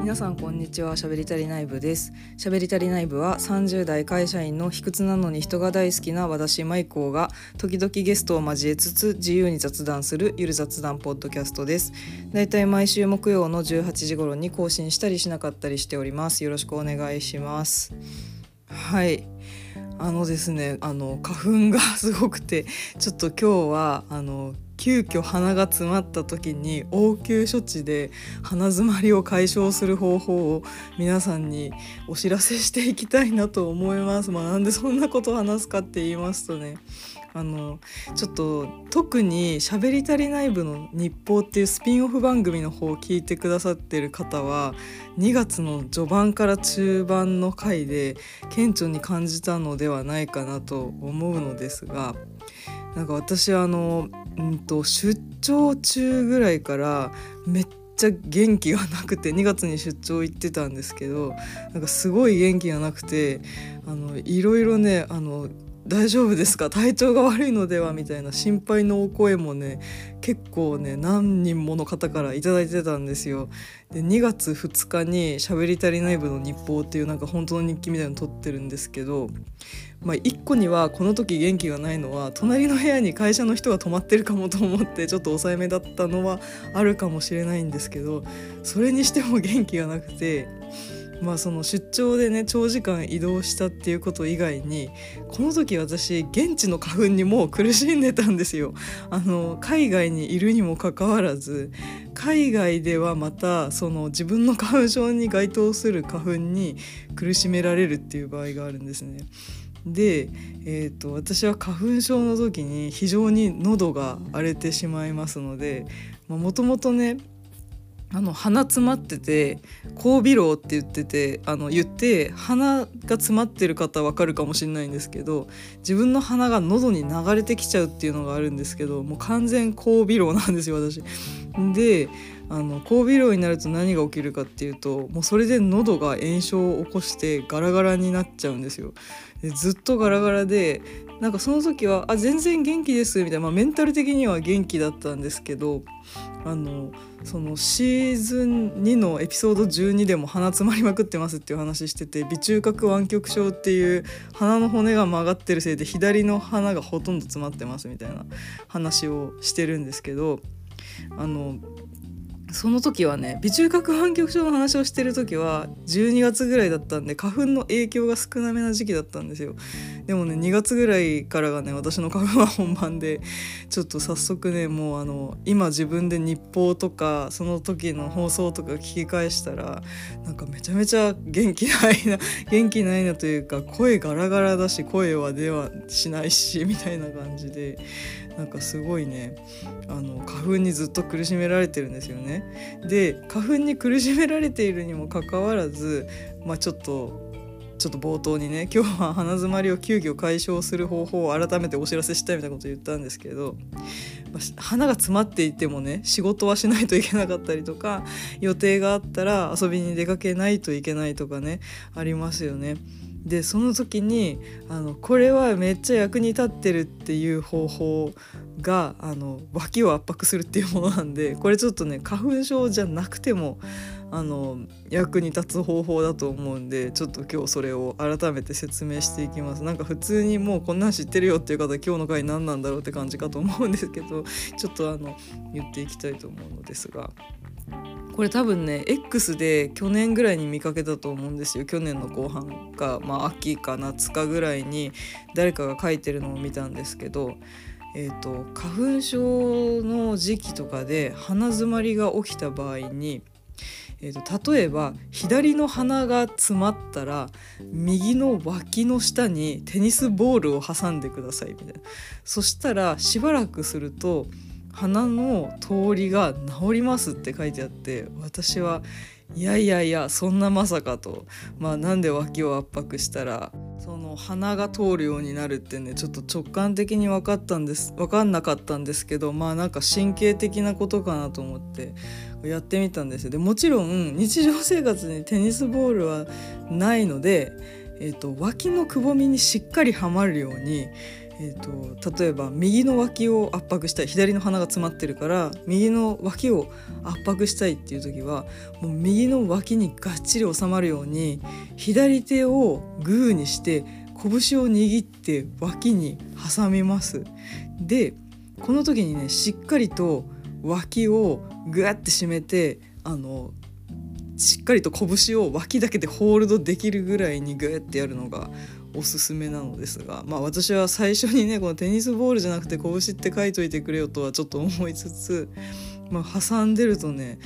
皆さんこんにちは。しゃべりたり内部です。しゃべりたり内部は30代会社員の卑屈なのに人が大好きな私マイコーが時々ゲストを交えつつ自由に雑談するゆる雑談ポッドキャストです。だいたい毎週木曜の18時頃に更新したりしなかったりしております。よろしくお願いします。はい、ですね、花粉がすごくて、ちょっと今日は急遽鼻が詰まった時に応急処置で鼻詰まりを解消する方法を皆さんにお知らせしていきたいなと思います。なんでそんなことを話すかって言いますとね、ちょっと特にしゃべりたり内部の日報っていうスピンオフ番組の方を聞いてくださってる方は2月の序盤から中盤の回で顕著に感じたのではないかなと思うのですが、なんか私は出張中ぐらいからめっちゃ元気がなくて、2月に出張行ってたんですけど、なんかすごい元気がなくて、いろいろね大丈夫ですか、体調が悪いのではみたいな心配のお声もね結構ね何人もの方からいただいてたんですよ。で2月2日にしゃべりたり内部の日報っていうなんか本当の日記みたいなの撮ってるんですけど、1個にはこの時元気がないのは隣の部屋に会社の人が泊まってるかもと思ってちょっと抑えめだったのはあるかもしれないんですけど、それにしても元気がなくて、その出張でね長時間移動したっていうこと以外にこの時私現地の花粉にもう苦しんでたんですよ。海外にいるにもかかわらず海外ではまたその自分の花粉症に該当する花粉に苦しめられるっていう場合があるんですね。で、私は花粉症の時に非常に喉が荒れてしまいますので、もともとね鼻詰まってて後鼻漏って言って鼻が詰まってる方は分かるかもしれないんですけど、自分の鼻が喉に流れてきちゃうっていうのがあるんですけど、もう完全後鼻漏なんですよ私で。後鼻漏になると何が起きるかっていうと、もうそれで喉が炎症を起こしてガラガラになっちゃうんですよ。でずっとガラガラで、なんかその時は全然元気ですみたいな、メンタル的には元気だったんですけど、そのシーズン2のエピソード12でも鼻詰まりまくってますっていう話してて、鼻中隔湾曲症っていう鼻の骨が曲がってるせいで左の鼻がほとんど詰まってますみたいな話をしてるんですけど、その時はね鼻中隔湾曲症の話をしてる時は12月ぐらいだったんで花粉の影響が少なめな時期だったんですよ。でもね2月ぐらいからがね私の花粉は本番で、ちょっと早速ねもう今自分で日報とかその時の放送とか聞き返したらなんかめちゃめちゃ元気ないなというか、声ガラガラだし声は出はしないしみたいな感じで、なんかすごいね花粉にずっと苦しめられてるんですよね。で花粉に苦しめられているにもかかわらず、ちょっと冒頭にね今日は鼻詰まりを急遽解消する方法を改めてお知らせしたいみたいなことを言ったんですけど、鼻が詰まっていてもね仕事はしないといけなかったりとか、予定があったら遊びに出かけないといけないとかねありますよね。でその時にこれはめっちゃ役に立ってるっていう方法が脇を圧迫するっていうものなんで、これちょっとね花粉症じゃなくても役に立つ方法だと思うんで、ちょっと今日それを改めて説明していきます。なんか普通にもうこんなん知ってるよっていう方、今日の回何なんだろうって感じかと思うんですけど、ちょっと言っていきたいと思うのですが、これ多分ね X で去年ぐらいに見かけたと思うんですよ。去年の後半か、秋か夏かぐらいに誰かが書いてるのを見たんですけど、花粉症の時期とかで鼻詰まりが起きた場合に、例えば左の鼻が詰まったら右の脇の下にテニスボールを挟んでくださいみたいな。そしたらしばらくすると鼻の通りが治りますって書いてあって、私はいやそんなまさかと、なんで脇を圧迫したらその鼻が通るようになるってねちょっと直感的に分かんなかったんですけど、なんか神経的なことかなと思ってやってみたんですよ。でもちろん日常生活にテニスボールはないので、脇のくぼみにしっかりはまるように、 例えば右の脇を圧迫したい、左の鼻が詰まってるから右の脇を圧迫したいっていう時はもう右の脇にがっちり収まるように左手をグーにして拳を握って脇に挟みます。でこの時にねしっかりと脇をグワッて締めてしっかりと拳を脇だけでホールドできるぐらいにグーってやるのがおすすめなのですが、私は最初にねこのテニスボールじゃなくて拳って書いといてくれよとはちょっと思いつつ、挟んでるとね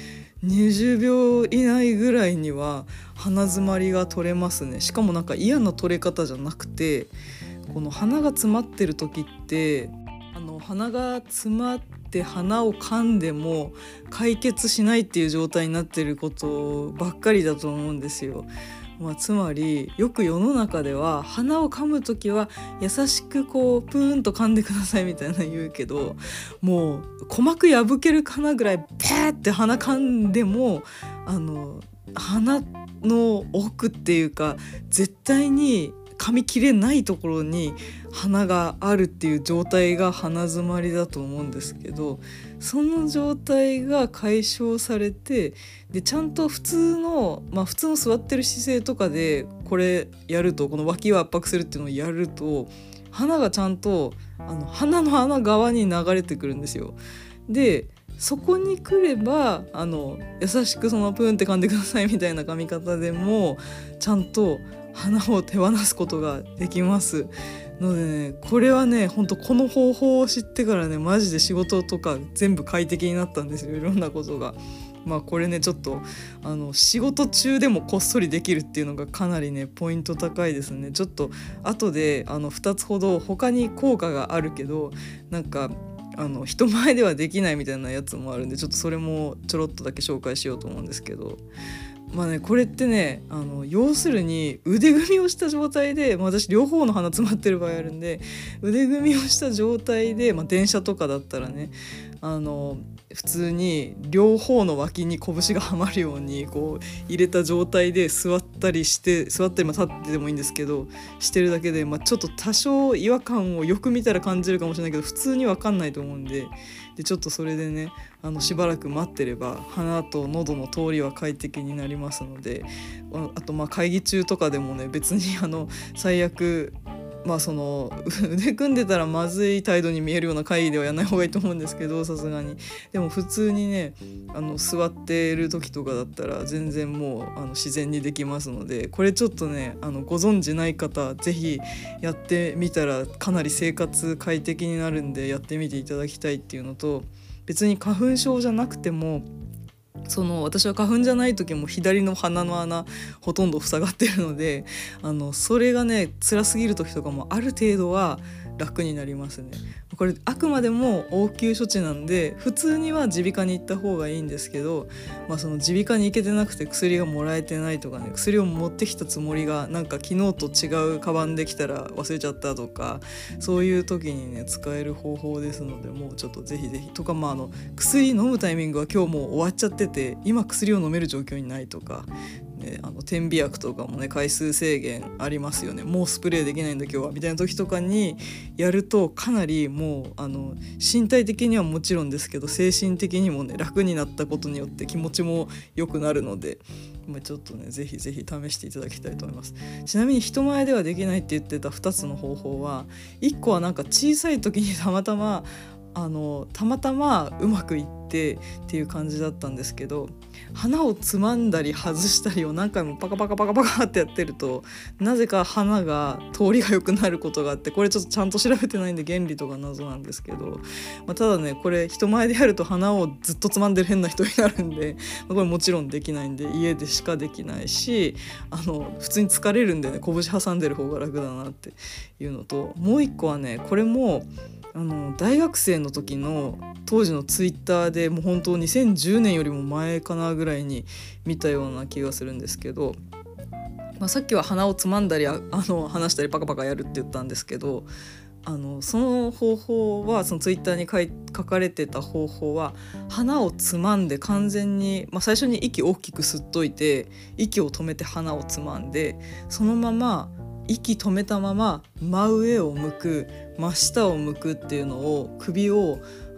20秒以内ぐらいには鼻詰まりが取れますね。しかもなんか嫌な取れ方じゃなくて、この鼻が詰まってる時って鼻が詰まって鼻を噛んでも解決しないっていう状態になってることばっかりだと思うんですよ。つまりよく世の中では鼻を噛むときは優しくこうプーンと噛んでくださいみたいな言うけど、もう鼓膜破けるかなぐらいペーって鼻噛んでも鼻の奥っていうか絶対に噛み切れないところに鼻があるっていう状態が鼻詰まりだと思うんですけど、その状態が解消されて、でちゃんと普通の座ってる姿勢とかでこれやると、この脇を圧迫するっていうのをやると鼻がちゃんと鼻の穴側に流れてくるんですよ。でそこに来れば優しくそのプーンって噛んでくださいみたいな噛み方でもちゃんと鼻を手放すことができますのでね、これはね本当この方法を知ってからねマジで仕事とか全部快適になったんですよ、いろんなことが。これねちょっと仕事中でもこっそりできるっていうのがかなりねポイント高いですね。ちょっと後で2つほど他に効果があるけどなんか人前ではできないみたいなやつもあるんで、ちょっとそれもちょろっとだけ紹介しようと思うんですけど、これってね要するに腕組みをした状態で、私両方の鼻詰まってる場合あるんで、腕組みをした状態で、電車とかだったらね普通に両方の脇に拳がはまるようにこう入れた状態で座ったり立ってでもいいんですけどしてるだけで、ちょっと多少違和感をよく見たら感じるかもしれないけど普通に分かんないと思うんで、ちょっとそれでねしばらく待ってれば鼻と喉の通りは快適になりますので、あと会議中とかでもね別に最悪その腕組んでたらまずい態度に見えるような会議ではやらない方がいいと思うんですけど、さすがにでも普通にね座ってる時とかだったら全然もう自然にできますので、これちょっとねご存じない方ぜひやってみたらかなり生活快適になるんでやってみていただきたいっていうのと、別に花粉症じゃなくても私は花粉じゃない時も左の鼻の穴ほとんど塞がってるのでそれがね辛すぎる時とかもある程度は楽になりますね。これあくまでも応急処置なんで普通には耳鼻科に行った方がいいんですけど、その耳鼻科に行けてなくて薬がもらえてないとかね、薬を持ってきたつもりがなんか昨日と違うカバンできたら忘れちゃったとか、そういう時にね使える方法ですので、もうちょっとぜひぜひとか、薬飲むタイミングは今日もう終わっちゃってて今薬を飲める状況にないとか、点鼻薬とかもね回数制限ありますよね、もうスプレーできないんだ今日はみたいな時とかにやるとかなりもう身体的にはもちろんですけど精神的にもね楽になったことによって気持ちも良くなるので、ちょっとねぜひぜひ試していただきたいと思います。ちなみに人前ではできないって言ってた2つの方法は、1個はなんか小さい時にたまたまうまくいってっていう感じだったんですけど、鼻をつまんだり外したりを何回もパカパカパカパカってやってるとなぜか鼻が通りが良くなることがあって、これちょっとちゃんと調べてないんで原理とか謎なんですけど、ただねこれ人前でやると鼻をずっとつまんでる変な人になるんで、これもちろんできないんで家でしかできないし普通に疲れるんでね拳挟んでる方が楽だなっていうのと、もう一個はねこれも大学生の時の当時のツイッターでもう本当2010年よりも前かなぐらいに見たような気がするんですけど、さっきは鼻をつまんだり話したりパカパカやるって言ったんですけど、その方法はそのツイッターに書かれてた方法は鼻をつまんで完全に、最初に息を大きく吸っといて息を止めて鼻をつまんでそのまま息止めたまま真上を向く、 真下を向くっていうのを首を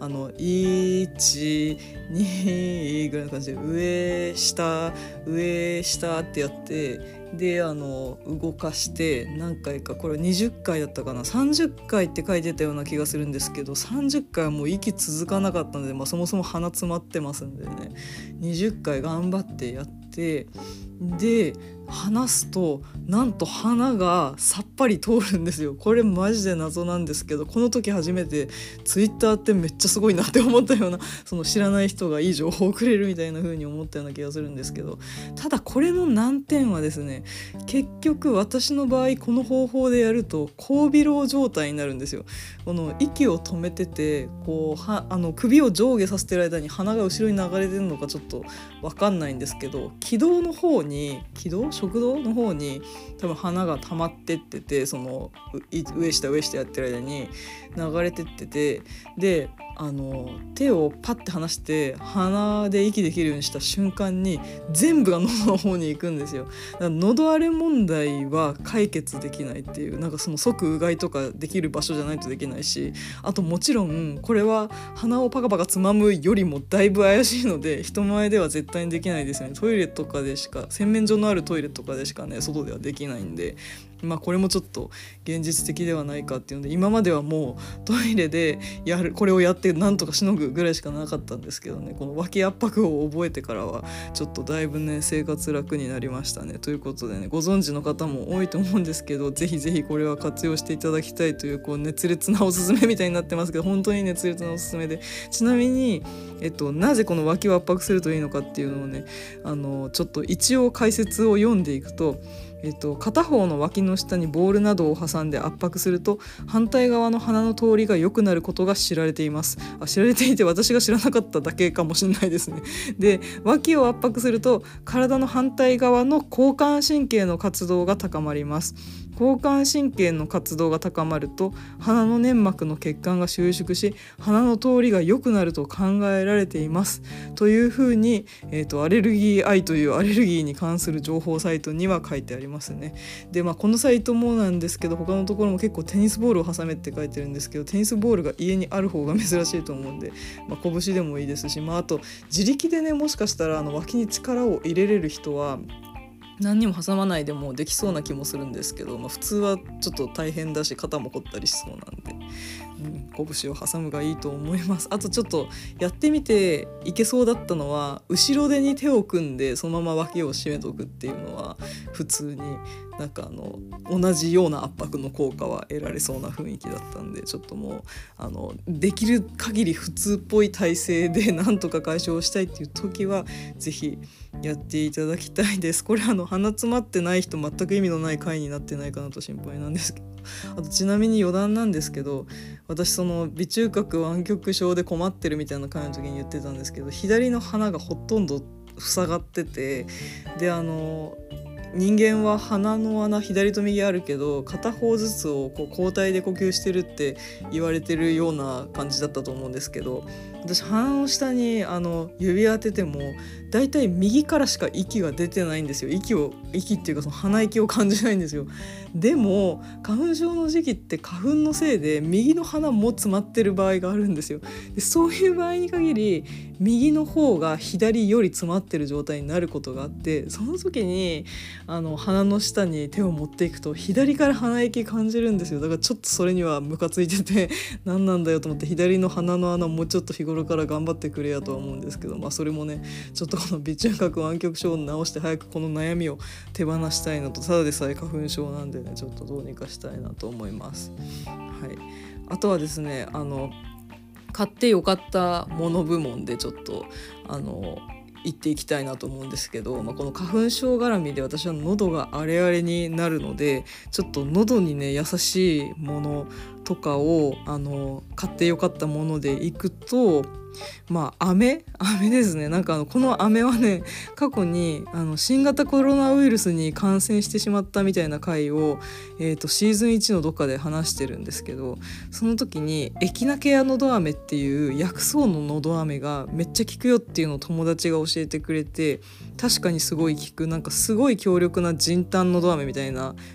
1、2ぐらいの感じで上下ってやってで動かして何回かこれ20回だったかな30回って書いてたような気がするんですけど30回はもう息続かなかったので、そもそも鼻詰まってますんでね20回頑張ってやってで離すとなんと鼻がさっぱり通るんですよ。これマジで謎なんですけどこの時初めてツイッターってめっちゃすごいなって思ったようなその知らない人がいい情報をくれるみたいな風に思ったような気がするんですけどただこれの難点はですね結局私の場合この方法でやると高微漏状態になるんですよ。この息を止めててこう首を上下させてる間に鼻が後ろに流れてるのかちょっと分かんないんですけど食道の方に多分鼻が溜まってっててその上下やってる間に流れてっててで手をパッて離して鼻で息できるようにした瞬間に全部が喉の方に行くんですよ。だから喉荒れ問題は解決できないっていうなんかその即うがいとかできる場所じゃないとできないしあともちろんこれは鼻をパカパカつまむよりもだいぶ怪しいので人前では絶対にできないですよね。トイレとかでしか洗面所のあるトイレとかでしかね外ではできないんでこれもちょっと現実的ではないかっていうので今まではもうトイレでこれをやってなんとかしのぐぐらいしかなかったんですけどねこの脇圧迫を覚えてからはちょっとだいぶね生活楽になりましたね。ということでねご存知の方も多いと思うんですけどぜひぜひこれは活用していただきたいという熱烈なおすすめみたいになってますけど本当に熱烈なおすすめでちなみに、なぜこの脇を圧迫するといいのかっていうのをねちょっと一応解説を読んでいくと片方の脇の下にボールなどを挟んで圧迫すると反対側の鼻の通りが良くなることが知られています。知られていて私が知らなかっただけかもしれないですね。で脇を圧迫すると体の反対側の交感神経の活動が高まります。交感神経の活動が高まると鼻の粘膜の血管が収縮し鼻の通りが良くなると考えられていますというふうに、アレルギーアイというアレルギーに関する情報サイトには書いてありますね。でこのサイトもなんですけど他のところも結構テニスボールを挟めって書いてるんですけどテニスボールが家にある方が珍しいと思うんで、拳でもいいですし、あと自力でねもしかしたら脇に力を入れれる人は何にも挟まないでもできそうな気もするんですけど、普通はちょっと大変だし肩も凝ったりしそうなんで、拳を挟むがいいと思います。あとちょっとやってみていけそうだったのは後ろ手に手を組んでそのまま脇を締めとくっていうのは普通になんか同じような圧迫の効果は得られそうな雰囲気だったんでちょっともうできる限り普通っぽい体勢でなんとか解消したいっていう時はぜひやっていただきたいです。これ鼻詰まってない人全く意味のない回になってないかなと心配なんですけどあとちなみに余談なんですけど私その鼻中隔湾曲症で困ってるみたいな回の時に言ってたんですけど左の鼻がほとんど塞がっててで人間は鼻の穴左と右あるけど片方ずつを交代で呼吸してるって言われてるような感じだったと思うんですけど私鼻の下に指当ててもだいたい右からしか息が出てないんですよ。息っていうかその鼻息を感じないんですよ。でも花粉症の時期って花粉のせいで右の鼻も詰まってる場合があるんですよ。でそういう場合に限り右の方が左より詰まってる状態になることがあってその時に鼻の下に手を持っていくと左から鼻息感じるんですよ。だからちょっとそれにはムカついてて何なんだよと思って左の鼻の穴もうちょっと日頃から頑張ってくれやとは思うんですけど、それもねちょっとこの鼻中隔湾曲症を治して早くこの悩みを手放したいのとただでさえ花粉症なんでねちょっとどうにかしたいなと思います。あとはですね買ってよかったもの部門でちょっと言っていきたいなと思うんですけど、この花粉症絡みで私は喉が荒れ荒れになるのでちょっと喉にね優しいものとかを買ってよかったものでいくと飴ですね。この飴はね過去に新型コロナウイルスに感染してしまったみたいな回を、シーズン1のどっかで話してるんですけどその時にエキナケアのど飴っていう薬草ののど飴がめっちゃ効くよっていうのを友達が教えてくれて確かにすごい効くすごい強力なジンタンのど飴みたいな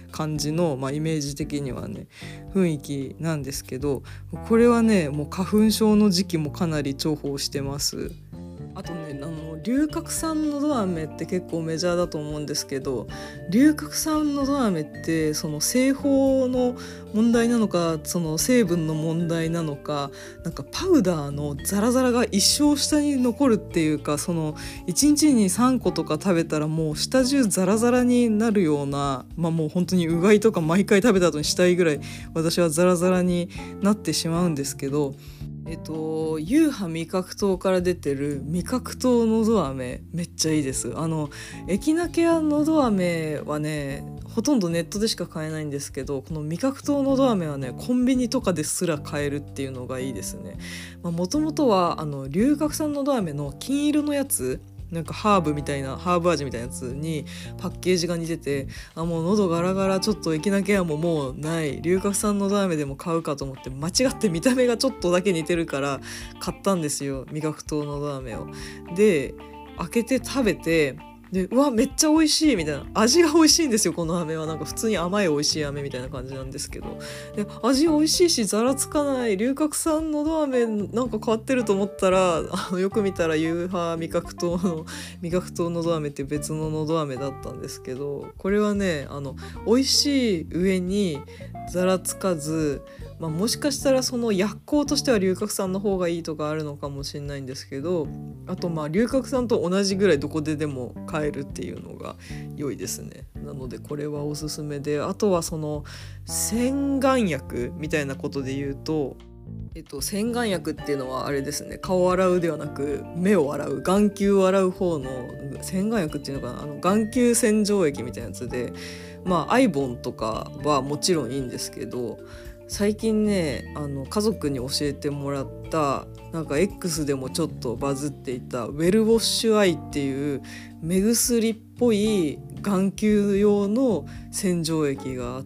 感じの、イメージ的にはね雰囲気なんですけど、これはねもう花粉症の時期もかなり重宝してます。あとね龍角散のど飴って結構メジャーだと思うんですけど、龍角散のど飴ってその製法の問題なのかその成分の問題なのか、なんかパウダーのザラザラが一生下に残るっていうか、その1日に3個とか食べたらもう下中ザラザラになるような、もう本当にうがいとか毎回食べた後にしたいぐらい私はザラザラになってしまうんですけど、ユーハ味覚糖から出てる味覚糖のど飴めっちゃいいです。エキナケアのど飴はねほとんどネットでしか買えないんですけど、この味覚糖のど飴はねコンビニとかですら買えるっていうのがいいですね。もともとは龍角散のど飴の金色のやつ、なんかハーブ味みたいなやつにパッケージが似てて、もう喉ガラガラちょっとエキナケアももうない龍角散のど飴でも買うかと思って、間違って見た目がちょっとだけ似てるから買ったんですよ、味覚糖のど飴を。で開けて食べて、でうわめっちゃ美味しいみたいな、味が美味しいんですよこの飴は。なんか普通に甘い美味しい飴みたいな感じなんですけど、で味美味しいしザラつかない龍角散のど飴なんか変わってると思ったらよく見たらユーハ味覚糖のど飴って別ののど飴だったんですけど、これはね美味しい上にザラつかず、もしかしたらその薬効としては龍角散の方がいいとかあるのかもしれないんですけど、あと龍角散と同じぐらいどこででも買えるっていうのが良いですね。なのでこれはおすすめで、あとはその洗顔薬みたいなことで言うと、洗顔薬っていうのはあれですね、顔を洗うではなく目を洗う、眼球を洗う方の洗顔薬っていうのかな、眼球洗浄液みたいなやつで、アイボンとかはもちろんいいんですけど、最近ね家族に教えてもらったなんか X でもちょっとバズっていたウェルウォッシュアイっていう目薬っぽい眼球用の洗浄液があって、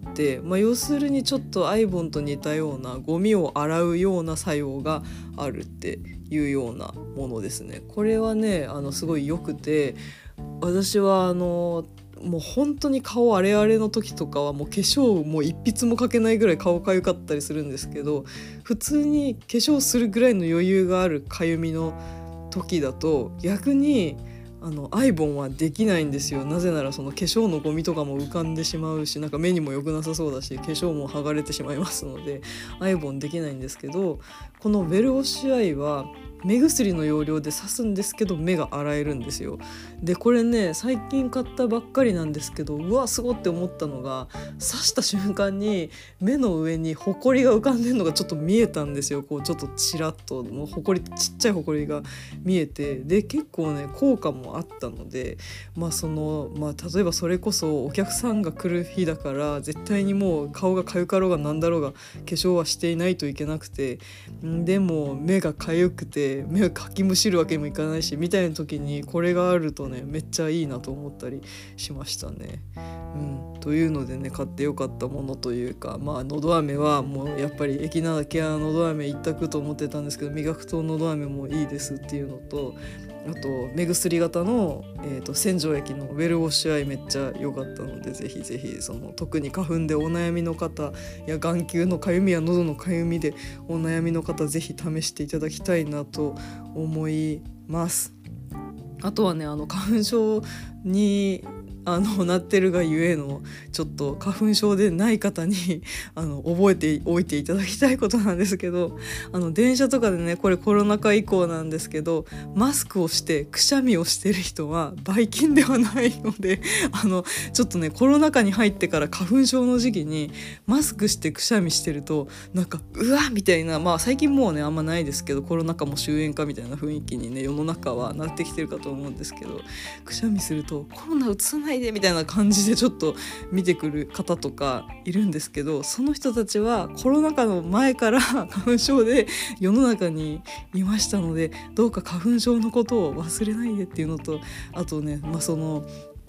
要するにちょっとアイボンと似たようなゴミを洗うような作用があるっていうようなものですね。これはねすごい良くて、私はもう本当に顔荒れ荒れの時とかはもう化粧もう一筆もかけないぐらい顔かゆかったりするんですけど、普通に化粧するぐらいの余裕があるかゆみの時だと逆にアイボンはできないんですよ。なぜならその化粧のゴミとかも浮かんでしまうし、なんか目にも良くなさそうだし化粧も剥がれてしまいますのでアイボンできないんですけど、このウェルウォッシュアイは目薬の要領で刺すんですけど目が洗えるんですよ。でこれね最近買ったばっかりなんですけど、うわすごって思ったのが、刺した瞬間に目の上にホコリが浮かんでるのがちょっと見えたんですよ。こうちょっとチラッともうホコリちっちゃいホコリが見えて、で結構ね効果もあったので、例えばそれこそお客さんが来る日だから絶対にもう顔がかゆかろうがなんだろうが化粧はしていないといけなくて、でも目がかゆくて目をかきむしるわけにもいかないしみたいな時にこれがあるとねめっちゃいいなと思ったりしましたね。というのでね買ってよかったものというか、のど飴はもうやっぱりエキナケアのど飴一択と思ってたんですけど、味覚糖のど飴もいいですっていうのと、あと目薬型の、洗浄液のウェルウォッシュアイめっちゃ良かったので、ぜひぜひ特に花粉でお悩みの方や眼球のかゆみや喉のかゆみでお悩みの方ぜひ試していただきたいなと思います。あとはね花粉症になってるがゆえのちょっと花粉症でない方に覚えておいていただきたいことなんですけど、電車とかでねこれコロナ禍以降なんですけど、マスクをしてくしゃみをしてる人はばい菌ではないのでちょっとねコロナ禍に入ってから花粉症の時期にマスクしてくしゃみしてるとなんかうわみたいな、最近もうねあんまないですけどコロナ禍も終焉かみたいな雰囲気にね世の中はなってきてるかと思うんですけど、くしゃみするとコロナうつさないでみたいな感じでちょっと見てくる方とかいるんですけど、その人たちはコロナ禍の前から花粉症で世の中にいましたので、どうか花粉症のことを忘れないでっていうのと、あとね、その化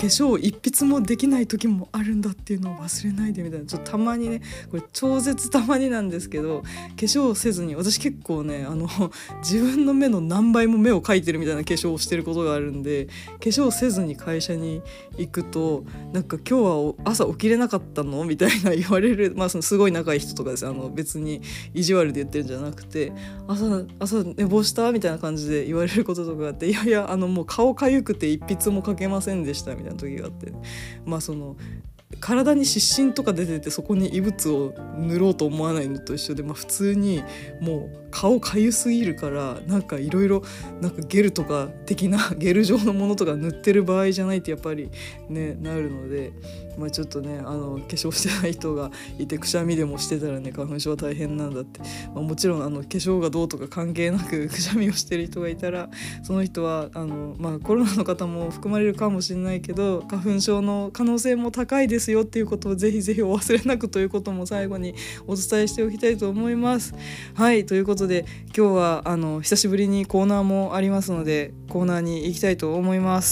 粧一筆もできない時もあるんだっていうのを忘れないでみたいな、ちょっとたまにね、これ超絶たまになんですけど、化粧せずに、私結構ね自分の目の何倍も目を描いてるみたいな化粧をしてることがあるんで、化粧せずに会社に行くとなんか今日は朝起きれなかったのみたいな言われる、そのすごい仲いい人とかです。別に意地悪で言ってるんじゃなくて、朝寝坊したみたいな感じで言われることとかがあって、いやもう顔かゆくて一筆も描けませんでしたみたいな時があって、その体に湿疹とか出ててそこに異物を塗ろうと思わないのと一緒で、普通にもう顔かゆすぎるからなんかいろいろゲルとか的なゲル状のものとか塗ってる場合じゃないってやっぱりねなるので、ちょっとね化粧してない人がいてくしゃみでもしてたらね、花粉症は大変なんだって、もちろん化粧がどうとか関係なくくしゃみをしてる人がいたら、その人はコロナの方も含まれるかもしれないけど花粉症の可能性も高いですよっていうことをぜひぜひお忘れなくということも最後にお伝えしておきたいと思います。はい、ということで今日は久しぶりにコーナーもありますのでコーナーに行きたいと思います。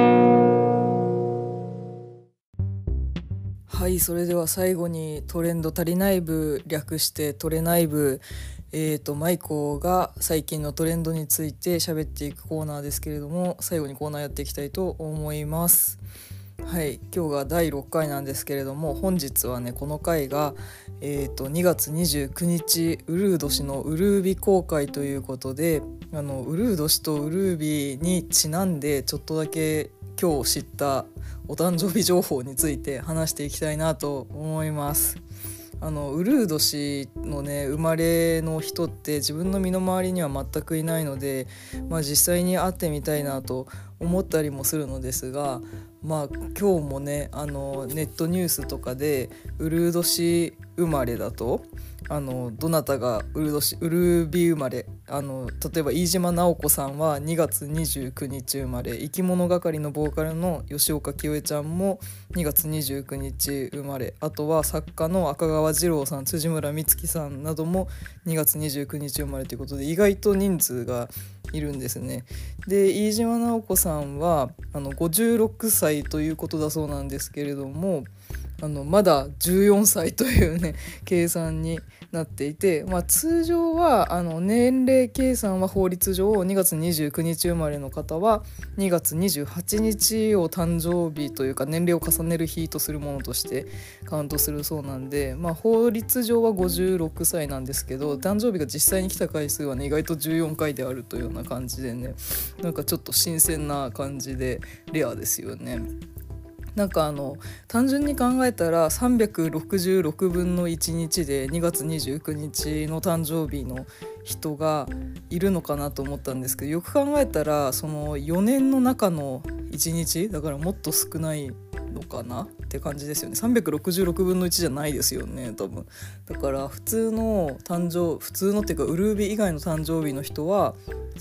はい、それでは最後にトレンド足りない部、略してトレナイ部、マイコが最近のトレンドについて喋っていくコーナーですけれども、最後にコーナーやっていきたいと思います。はい、今日が第6回なんですけれども、本日はねこの回が、2月29日ウルー年のウルービ公開ということで、ウルー年とウルービにちなんでちょっとだけ今日知ったお誕生日情報について話していきたいなと思います。ウルー年のね生まれの人って自分の身の回りには全くいないので、実際に会ってみたいなと思ったりもするのですが、今日もねネットニュースとかでウルー年生まれだとどなたがウルービ生まれ、例えば飯島直子さんは2月29日生まれ、生き物係のボーカルの吉岡清江ちゃんも2月29日生まれ、あとは作家の赤川次郎さん、辻村美月さんなども2月29日生まれということで、意外と人数がいるんですね。で飯島直子さんは56歳ということだそうなんですけれども、まだ14歳というね計算になっていて、通常は年齢計算は法律上2月29日生まれの方は2月28日を誕生日というか年齢を重ねる日とするものとしてカウントするそうなんで、法律上は56歳なんですけど、誕生日が実際に来た回数はね意外と14回であるというような感じでね、なんかちょっと新鮮な感じでレアですよね。なんか単純に考えたら366分の1日で2月29日の誕生日の人がいるのかなと思ったんですけど、よく考えたらその4年の中の1日だからもっと少ないのかなって感じですよね。366分の1じゃないですよね多分。だから普通のっていうかウルービ以外の誕生日の人は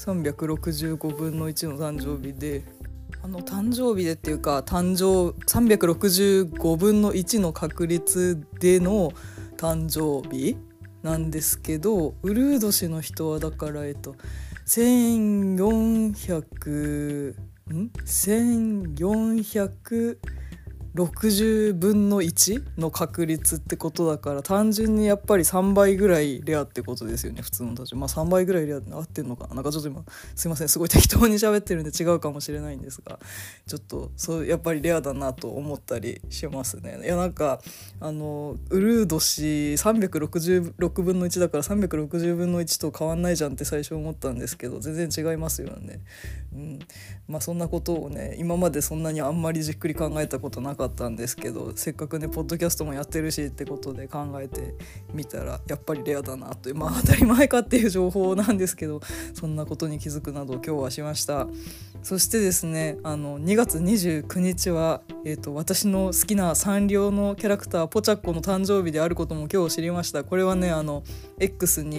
365分の1の誕生日で、誕生日でっていうか365分の1の確率での誕生日なんですけど、ウルー年の人はだから1460分の1の確率ってことだから、単純にやっぱり3倍ぐらいレアってことですよね普通の誕生日。3倍ぐらいレアって合ってんのかな、なんかちょっと今すいませんすごい適当に喋ってるんで違うかもしれないんですが、ちょっとそうやっぱりレアだなと思ったりしますね。いやなんかウルー年366分の1だから360分の1と変わんないじゃんって最初思ったんですけど、全然違いますよね。そんなことをね今までそんなにあんまりじっくり考えたことなかったんですけど、せっかくねポッドキャストもやってるしってことで考えてみたらやっぱりレアだなという、当たり前かっていう情報なんですけど、そんなことに気づくなど今日はしました。そしてですね2月29日は、私の好きなサンリオのキャラクターポチャッコの誕生日であることも今日知りました。これはねX に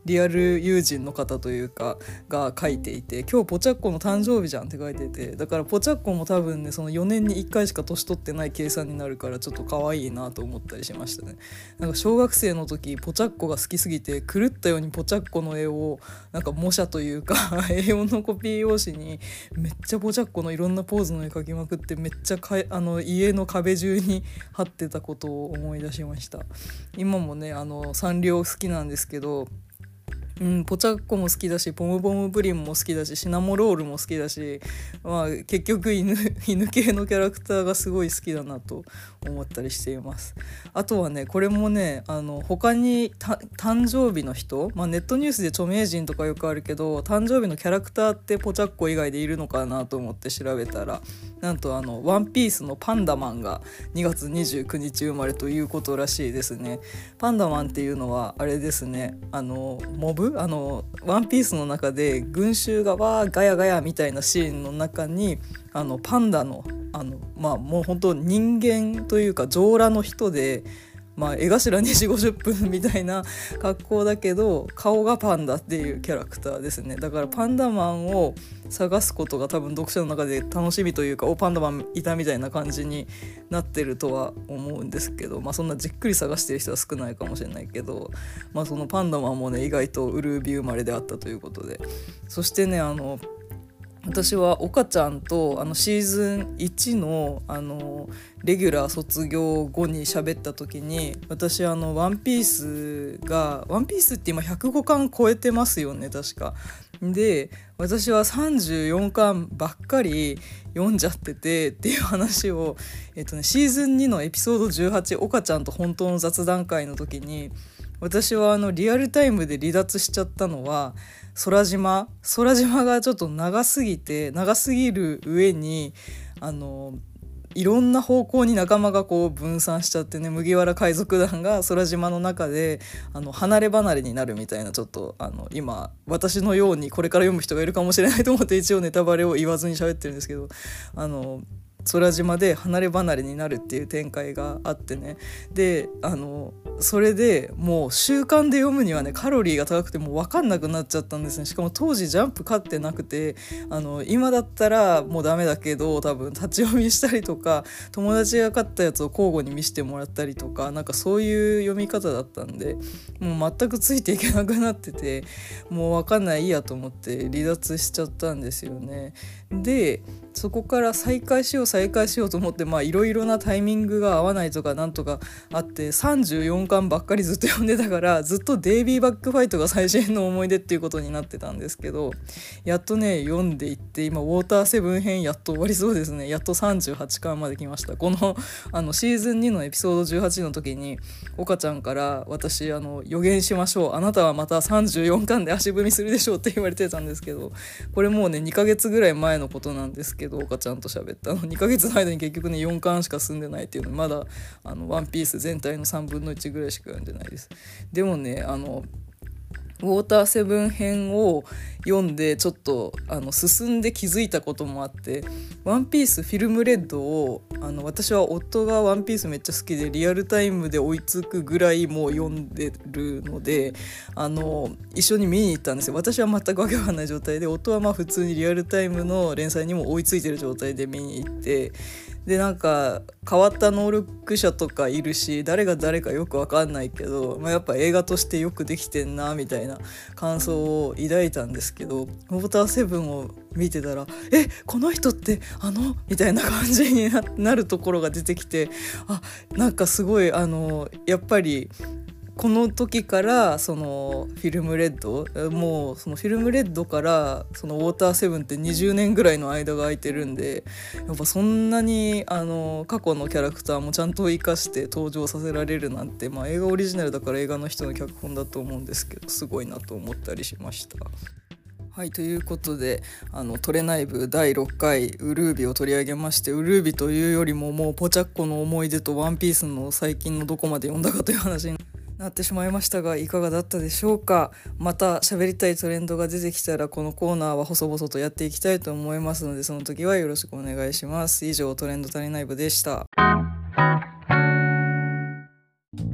リアル友人の方というかが書いていて、今日ポチャッコの誕生日じゃんって書いてて、だからポチャッコも多分ねその4年に1回しか年取ってない計算になるから、ちょっと可愛いなと思ったりしましたね。なんか小学生の時ポチャッコが好きすぎて、狂ったようにポチャッコの絵をなんか模写というかA4 のコピー用紙にめっちゃポチャッコのいろんなポーズの絵描きまくって、めっちゃ家の壁中に貼ってたことを思い出しました。今もねサンリオ好きなんですけど、ポチャッコも好きだし、ポムポムプリンも好きだし、シナモロールも好きだし、結局犬系のキャラクターがすごい好きだなと思ったりしています。あとはねこれもね他に誕生日の人、ネットニュースで著名人とかよくあるけど、誕生日のキャラクターってポチャッコ以外でいるのかなと思って調べたら、なんとワンピースのパンダマンが2月29日生まれということらしいですね。パンダマンっていうのはあれですね、モブワンピースの中で群衆がガヤガヤみたいなシーンの中にパンダのもう本当人間というか上裸の人で、絵頭2時50分みたいな格好だけど顔がパンダっていうキャラクターですね。だからパンダマンを探すことが多分読者の中で楽しみというか、パンダマンいたみたいな感じになってるとは思うんですけど、そんなじっくり探してる人は少ないかもしれないけど、そのパンダマンもね意外とウルービ生まれであったということで、そしてね私は岡ちゃんとシーズン1のレギュラー卒業後に喋った時に、私ワンピースって今105巻超えてますよね確か。で私は34巻ばっかり読んじゃっててっていう話を、シーズン2のエピソード18岡ちゃんと本当の雑談会の時に、私はリアルタイムで離脱しちゃったのは空島がちょっと長すぎる上にいろんな方向に仲間がこう分散しちゃってね、麦わら海賊団が空島の中で離れ離れになるみたいな、ちょっと今私のようにこれから読む人がいるかもしれないと思って一応ネタバレを言わずに喋ってるんですけど、空島で離れ離れになるっていう展開があってね、でそれでもう習慣で読むにはねカロリーが高くてもう分かんなくなっちゃったんですね。しかも当時ジャンプ買ってなくて今だったらもうダメだけど多分立ち読みしたりとか、友達が買ったやつを交互に見せてもらったりとか、なんかそういう読み方だったんで、もう全くついていけなくなってて、もう分かんないいいやと思って離脱しちゃったんですよね。でそこから再開しようと思っていろいろなタイミングが合わないとかなんとかあって34巻ばっかりずっと読んでたから、ずっとデイビーバックファイトが最新の思い出っていうことになってたんですけど、やっとね読んでいって、今ウォーターセブン編やっと終わりそうですね。やっと38巻まで来ました。このシーズン2のエピソード18の時に岡ちゃんから私予言しましょう、あなたはまた34巻で足踏みするでしょうって言われてたんですけど、これもうね2ヶ月ぐらい前のことなんですけど、岡ちゃんと喋った2ヶ月の間に結局ね4巻しか進んでないっていうので、まだワンピース全体の3分の1ぐらいしか読んでないです。でもねウォーターセブン編を読んでちょっと進んで気づいたこともあって、ワンピースフィルムレッドを私は夫がワンピースめっちゃ好きでリアルタイムで追いつくぐらいもう読んでるので一緒に見に行ったんですよ。私は全くわけわかんない状態で、夫は普通にリアルタイムの連載にも追いついてる状態で見に行って、でなんか変わった能力者とかいるし誰が誰かよく分かんないけど、やっぱ映画としてよくできてんなみたいな感想を抱いたんですけど、ウォーターセブンを見てたらこの人ってみたいな感じになるところが出てきて、なんかすごいやっぱりこの時からそのフィルムレッド、もうそのフィルムレッドからそのウォーターセブンって20年ぐらいの間が空いてるんで、やっぱそんなに過去のキャラクターもちゃんと生かして登場させられるなんて、映画オリジナルだから映画の人の脚本だと思うんですけど、すごいなと思ったりしました。はい、ということでトレナイブ第6回ウルービを取り上げまして、ウルービというよりももうポチャッコの思い出とワンピースの最近のどこまで読んだかという話になってしまいましたが、いかがだったでしょうか。また喋りたいトレンドが出てきたらこのコーナーは細々とやっていきたいと思いますので、その時はよろしくお願いします。以上トレンド足りない部でした。は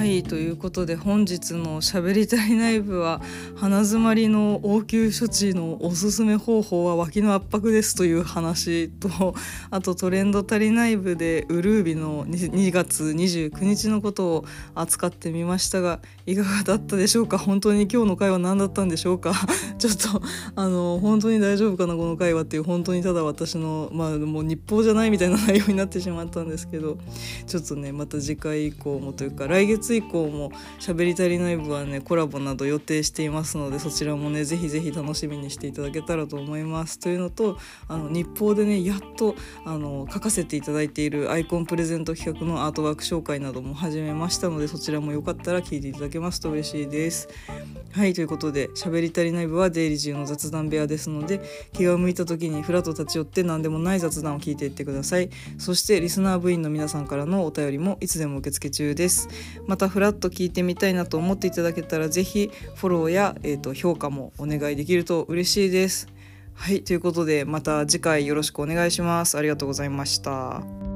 はい、ということで本日のしゃべり足りない部は、鼻詰まりの応急処置のおすすめ方法は脇の圧迫ですという話と、あとトレンド足りない部でウルービの2月29日のことを扱ってみましたが、いかがだったでしょうか。本当に今日の回は何だったんでしょうか。ちょっと本当に大丈夫かなこの回はっていう、本当にただ私のもう日報じゃないみたいな内容になってしまったんですけど、ちょっとねまた次回以降もというか来月以降もしゃべり足りない部はねコラボなど予定していますので、そちらもねぜひぜひ楽しみにしていただけたらと思います。というのと、日報でねやっと書かせていただいているアイコンプレゼント企画のアートワーク紹介なども始めましたので、そちらもよかったら聞いていただけますと嬉しいです。はい、ということでしゃべり足りない部は出入り自由の雑談部屋ですので、気が向いた時にふらっと立ち寄って何でもない雑談を聞いていってください。そしてリスナー部員の皆さんからのお便りもいつでも受付中です。またふらっと聞いてみたいなと思っていただけたら、ぜひフォローや、評価もお願いできると嬉しいです。はい、ということでまた次回よろしくお願いします。ありがとうございました。